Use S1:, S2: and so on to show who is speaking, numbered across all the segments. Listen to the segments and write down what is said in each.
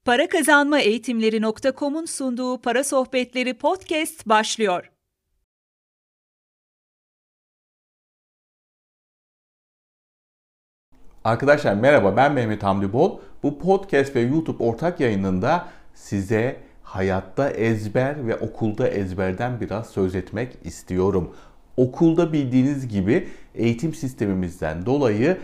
S1: Parakazanmaeğitimleri.com'un sunduğu Para Sohbetleri podcast başlıyor.
S2: Arkadaşlar merhaba, ben Mehmet Hamdi Bol. Bu podcast ve YouTube ortak yayınında size hayatta ezber ve okulda ezberden biraz söz etmek istiyorum. Okulda bildiğiniz gibi eğitim sistemimizden dolayı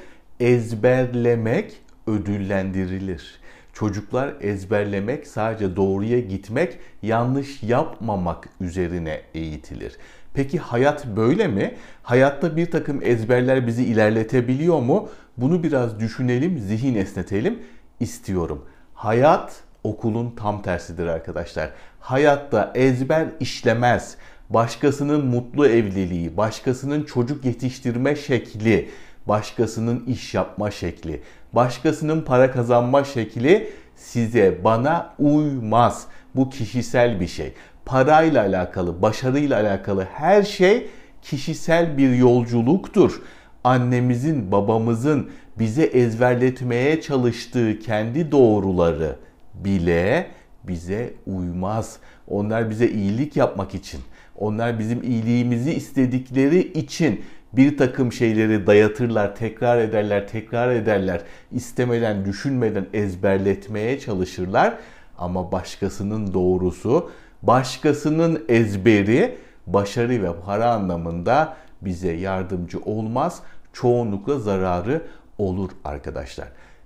S2: ezberlemek ödüllendirilir. Çocuklar ezberlemek, sadece doğruya gitmek, yanlış yapmamak üzerine eğitilir. Peki hayat böyle mi? Hayatta bir takım ezberler bizi ilerletebiliyor mu? Bunu biraz düşünelim, zihin esnetelim istiyorum. Hayat okulun tam tersidir arkadaşlar. Hayatta ezber işlemez. Başkasının mutlu evliliği, başkasının çocuk yetiştirme şekli, başkasının iş yapma şekli, başkasının para kazanma şekli size, bana uymaz. Bu kişisel bir şey. Parayla alakalı, başarıyla alakalı her şey kişisel bir yolculuktur. Annemizin, babamızın bize ezberletmeye çalıştığı kendi doğruları bile bize uymaz. Onlar bize iyilik yapmak için, onlar bizim iyiliğimizi istedikleri için bir takım şeyleri dayatırlar, tekrar ederler. İstemeden, düşünmeden ezberletmeye çalışırlar. Ama başkasının doğrusu, başkasının ezberi, başarı ve para anlamında bize yardımcı olmaz. Çoğunlukla zararı olur arkadaşlar.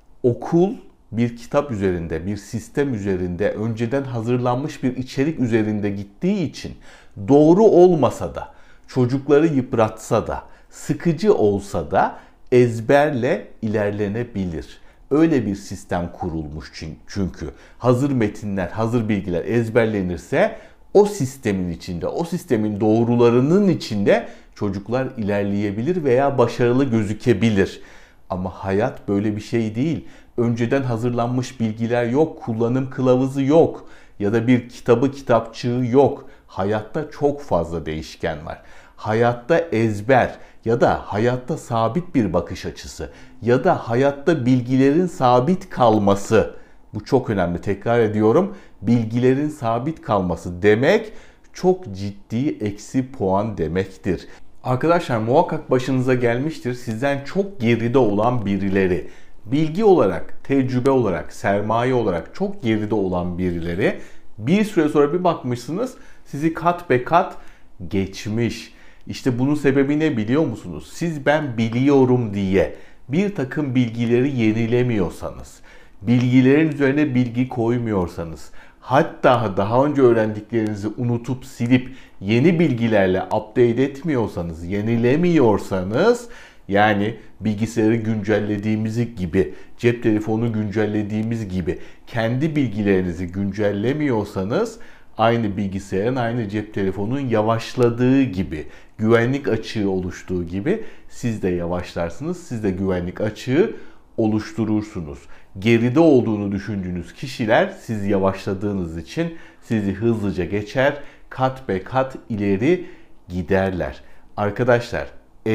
S2: Okul bir kitap üzerinde, bir sistem üzerinde, önceden hazırlanmış bir içerik üzerinde gittiği için doğru olmasa da, çocukları yıpratsa da, sıkıcı olsa da ezberle ilerlenebilir. Öyle bir sistem kurulmuş çünkü. Hazır metinler, hazır bilgiler ezberlenirse o sistemin içinde, o sistemin doğrularının içinde çocuklar ilerleyebilir veya başarılı gözükebilir. Ama hayat böyle bir şey değil. Önceden hazırlanmış bilgiler yok, kullanım kılavuzu yok ya da bir kitapçığı yok. Hayatta çok fazla değişken var. Hayatta ezber ya da hayatta sabit bir bakış açısı ya da hayatta bilgilerin sabit kalması, bu çok önemli, tekrar ediyorum, bilgilerin sabit kalması demek çok ciddi eksi puan demektir. Arkadaşlar muhakkak başınıza gelmiştir, sizden çok geride olan birileri, bilgi olarak, tecrübe olarak, sermaye olarak çok geride olan birileri bir süre sonra bir bakmışsınız sizi kat be kat geçmiş. İşte bunun sebebi ne biliyor musunuz? Siz ben biliyorum diye bir takım bilgileri yenilemiyorsanız, bilgilerin üzerine bilgi koymuyorsanız, hatta daha önce öğrendiklerinizi unutup silip yeni bilgilerle update etmiyorsanız, yenilemiyorsanız, yani bilgisayarı güncellediğimiz gibi, cep telefonu güncellediğimiz gibi kendi bilgilerinizi güncellemiyorsanız, aynı bilgisayarın, aynı cep telefonunun yavaşladığı gibi, güvenlik açığı oluştuğu gibi siz de yavaşlarsınız, siz de güvenlik açığı oluşturursunuz. Geride olduğunu düşündüğünüz kişiler siz yavaşladığınız için sizi hızlıca geçer, kat be kat ileri giderler. Arkadaşlar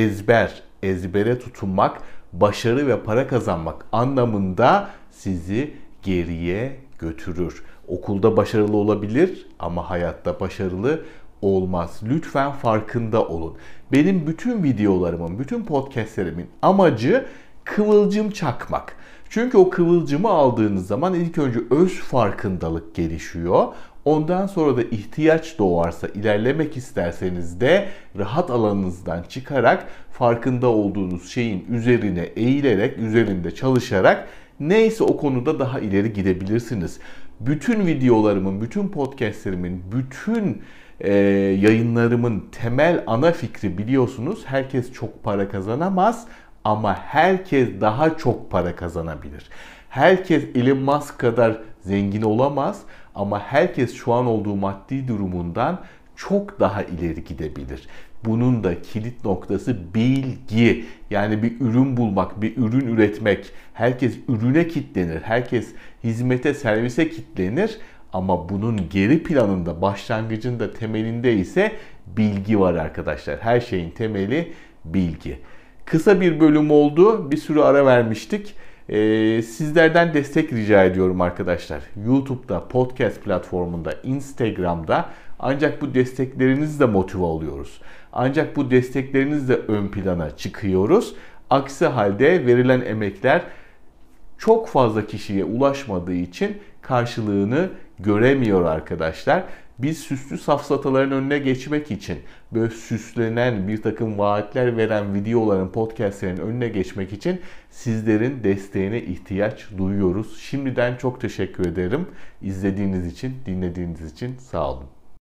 S2: ezbere tutunmak, başarı ve para kazanmak anlamında sizi geriye götürür. Okulda başarılı olabilir ama hayatta başarılı olmaz. Lütfen farkında olun. Benim bütün videolarımın, bütün podcastlerimin amacı kıvılcım çakmak. Çünkü o kıvılcımı aldığınız zaman ilk önce öz farkındalık gelişiyor. Ondan sonra da ihtiyaç doğarsa, ilerlemek isterseniz de rahat alanınızdan çıkarak farkında olduğunuz şeyin üzerine eğilerek, üzerinde çalışarak neyse o konuda daha ileri gidebilirsiniz. Bütün videolarımın, bütün podcastlerimin, bütün yayınlarımın temel ana fikri biliyorsunuz, herkes çok para kazanamaz ama herkes daha çok para kazanabilir. Herkes Elon Musk kadar zengin olamaz ama herkes şu an olduğu maddi durumundan çok daha ileri gidebilir. Bunun da kilit noktası bilgi. Yani bir ürün bulmak, bir ürün üretmek. Herkes ürüne kitlenir, herkes hizmete, servise kitlenir. Ama bunun geri planında, başlangıcında, temelinde ise bilgi var arkadaşlar. Her şeyin temeli bilgi. Kısa bir bölüm oldu. Bir sürü ara vermiştik. Sizlerden destek rica ediyorum arkadaşlar. YouTube'da, podcast platformunda, Instagram'da ancak bu desteklerinizle motive oluyoruz. Ancak bu desteklerinizle ön plana çıkıyoruz. Aksi halde verilen emekler çok fazla kişiye ulaşmadığı için karşılığını göremiyor arkadaşlar. Biz süslü safsataların önüne geçmek için, böyle süslenen bir takım vaatler veren videoların, podcastlerin önüne geçmek için sizlerin desteğine ihtiyaç duyuyoruz. Şimdiden çok teşekkür ederim. İzlediğiniz için, dinlediğiniz için sağ olun.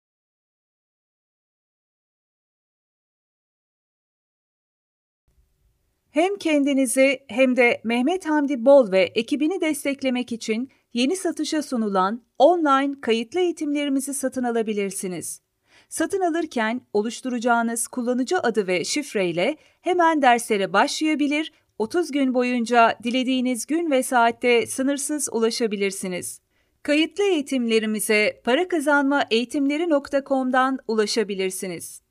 S1: Hem kendinizi hem de Mehmet Hamdi Bol ve ekibini desteklemek için yeni satışa sunulan online kayıtlı eğitimlerimizi satın alabilirsiniz. Satın alırken oluşturacağınız kullanıcı adı ve şifreyle hemen derslere başlayabilir, 30 gün boyunca dilediğiniz gün ve saatte sınırsız ulaşabilirsiniz. Kayıtlı eğitimlerimize parakazanmaeğitimleri.com'dan ulaşabilirsiniz.